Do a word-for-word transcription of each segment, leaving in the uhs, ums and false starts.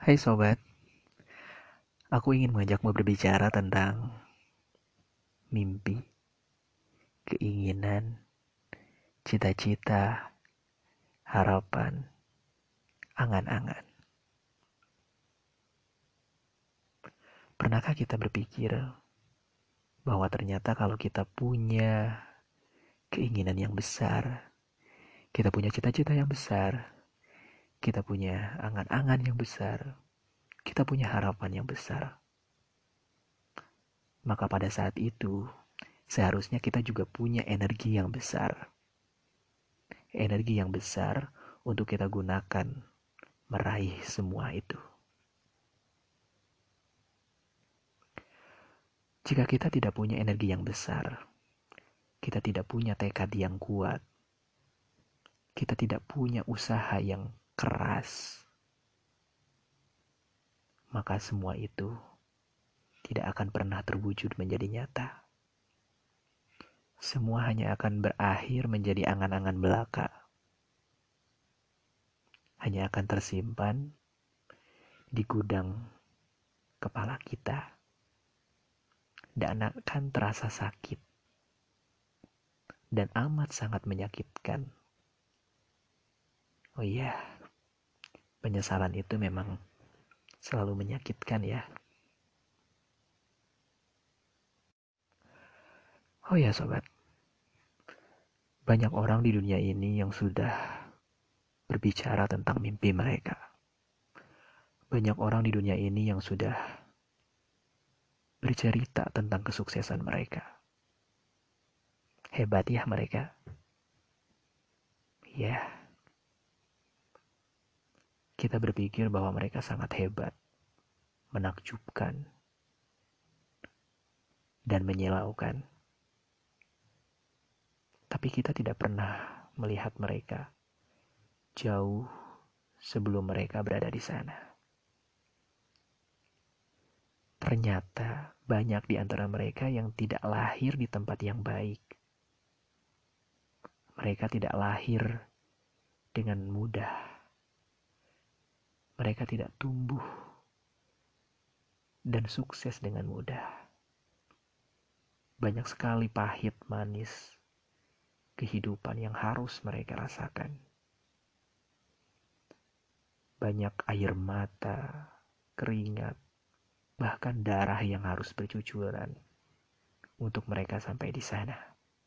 Hai sobat, aku ingin mengajakmu berbicara tentang mimpi, keinginan, cita-cita, harapan, angan-angan. Pernahkah kita berpikir bahwa ternyata kalau kita punya keinginan yang besar, kita punya cita-cita yang besar, kita punya angan-angan yang besar, kita punya harapan yang besar, maka pada saat itu seharusnya kita juga punya energi yang besar. Energi yang besar untuk kita gunakan meraih semua itu. Jika kita tidak punya energi yang besar, kita tidak punya tekad yang kuat, kita tidak punya usaha yang keras, maka semua itu tidak akan pernah terwujud menjadi nyata. Semua hanya akan berakhir menjadi angan-angan belaka. Hanya akan tersimpan di gudang kepala kita dan akan terasa sakit dan amat sangat menyakitkan. Oh iya, penyesalan itu memang selalu menyakitkan ya. Oh ya sobat, banyak orang di dunia ini yang sudah berbicara tentang mimpi mereka. Banyak orang di dunia ini yang sudah bercerita tentang kesuksesan mereka. Hebat ya mereka. Ya, kita berpikir bahwa mereka sangat hebat, menakjubkan, dan menyilaukan. Tapi kita tidak pernah melihat mereka jauh sebelum mereka berada di sana. Ternyata banyak di antara mereka yang tidak lahir di tempat yang baik. Mereka tidak lahir dengan mudah. Mereka tidak tumbuh dan sukses dengan mudah. Banyak sekali pahit manis kehidupan yang harus mereka rasakan. Banyak air mata, keringat, bahkan darah yang harus bercucuran untuk mereka sampai di sana.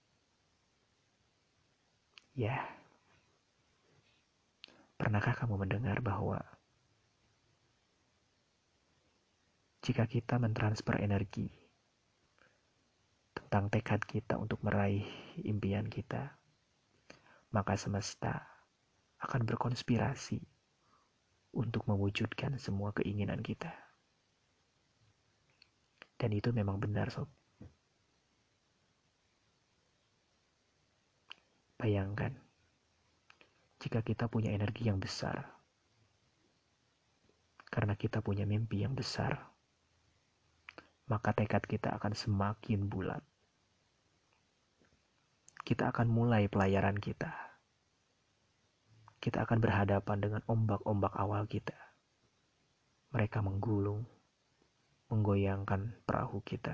Ya, pernahkah kamu mendengar bahwa jika kita mentransfer energi tentang tekad kita untuk meraih impian kita, maka semesta akan berkonspirasi untuk mewujudkan semua keinginan kita. Dan itu memang benar, sob. Bayangkan, jika kita punya energi yang besar, karena kita punya mimpi yang besar, maka tekad kita akan semakin bulat. Kita akan mulai pelayaran kita. Kita akan berhadapan dengan ombak-ombak awal kita. Mereka menggulung, menggoyangkan perahu kita.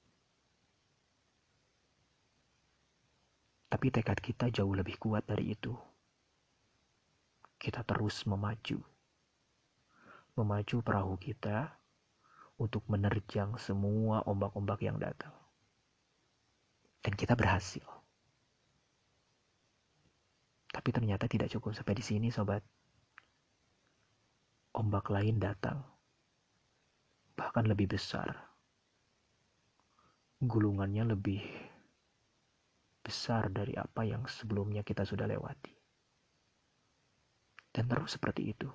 Tapi tekad kita jauh lebih kuat dari itu. Kita terus memacu. Memacu perahu kita untuk menerjang semua ombak-ombak yang datang. Dan kita berhasil. Tapi ternyata tidak cukup sampai di sini, sobat. Ombak lain datang. Bahkan lebih besar. Gulungannya lebih besar dari apa yang sebelumnya kita sudah lewati. Dan terus seperti itu.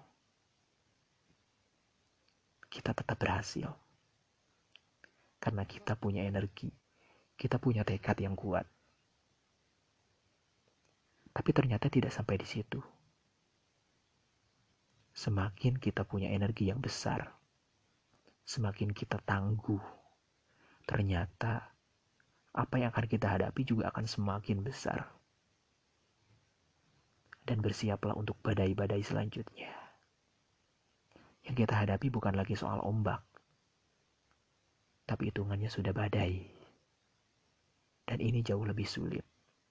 Kita tetap berhasil. Karena kita punya energi. Kita punya tekad yang kuat. Tapi ternyata tidak sampai di situ. Semakin kita punya energi yang besar, semakin kita tangguh, ternyata apa yang akan kita hadapi juga akan semakin besar. Dan bersiaplah untuk badai-badai selanjutnya. Yang Yang kita hadapi bukan lagi soal ombak, tapi hitungannya sudah badai. Dan ini jauh lebih sulit.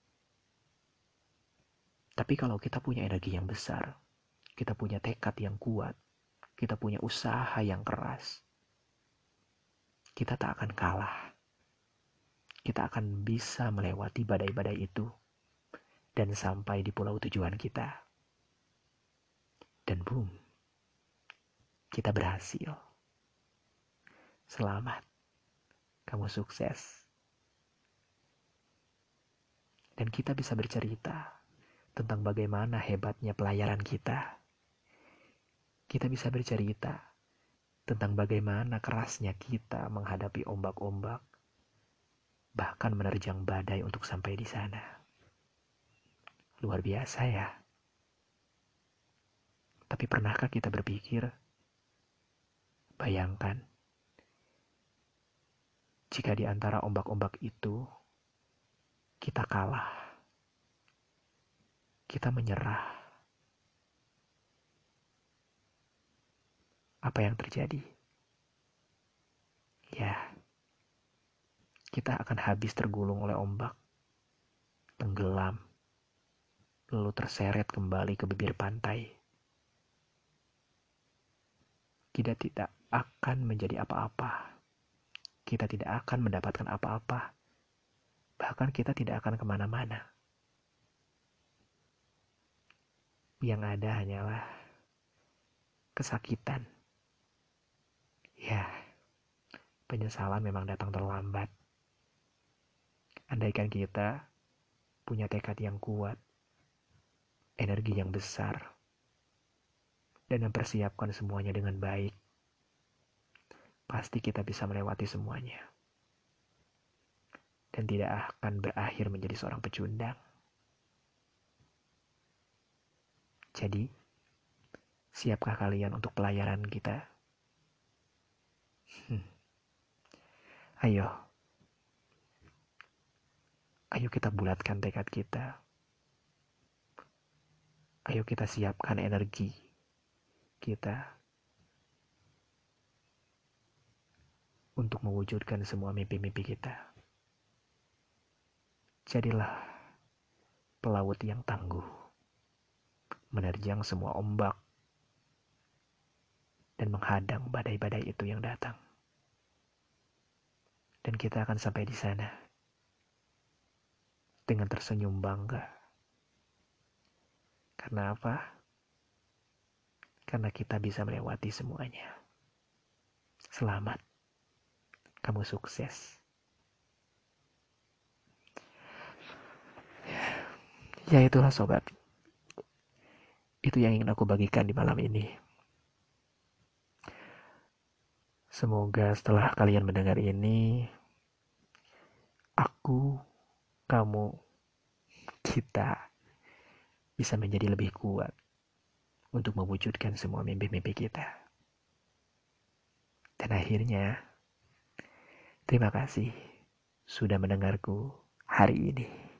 Tapi kalau kita punya energi yang besar, kita punya tekad yang kuat, kita punya usaha yang keras, kita tak akan kalah. Kita akan bisa melewati badai-badai itu dan sampai di pulau tujuan kita. Dan boom, kita berhasil. Selamat, kamu sukses. Dan kita bisa bercerita tentang bagaimana hebatnya pelayaran kita. Kita bisa bercerita tentang bagaimana kerasnya kita menghadapi ombak-ombak, bahkan menerjang badai untuk sampai di sana. Luar biasa ya. Tapi pernahkah kita berpikir, bayangkan, jika di antara ombak-ombak itu, kita kalah, kita menyerah, apa yang terjadi? Ya, kita akan habis tergulung oleh ombak, tenggelam, lalu terseret kembali ke bibir pantai. Kita tidak akan menjadi apa-apa. Kita tidak akan mendapatkan apa-apa. Bahkan kita tidak akan kemana-mana. Yang ada hanyalah kesakitan. Ya, penyesalan memang datang terlambat. Andaikan kita punya tekad yang kuat, energi yang besar, dan mempersiapkan semuanya dengan baik, pasti kita bisa melewati semuanya. Dan tidak akan berakhir menjadi seorang pecundang. Jadi, siapkah kalian untuk pelayaran kita? Hmm. Ayo. Ayo kita bulatkan tekad kita. Ayo kita siapkan energi kita untuk mewujudkan semua mimpi-mimpi kita. Jadilah pelaut yang tangguh, menerjang semua ombak, dan menghadang badai-badai itu yang datang. Dan kita akan sampai di sana dengan tersenyum bangga. Karena apa? Karena kita bisa melewati semuanya. Selamat, kamu sukses. Ya itulah sobat. Itu yang ingin aku bagikan di malam ini. Semoga setelah kalian mendengar ini, aku, kamu, kita bisa menjadi lebih kuat untuk mewujudkan semua mimpi-mimpi kita. Dan akhirnya, terima kasih sudah mendengarku hari ini.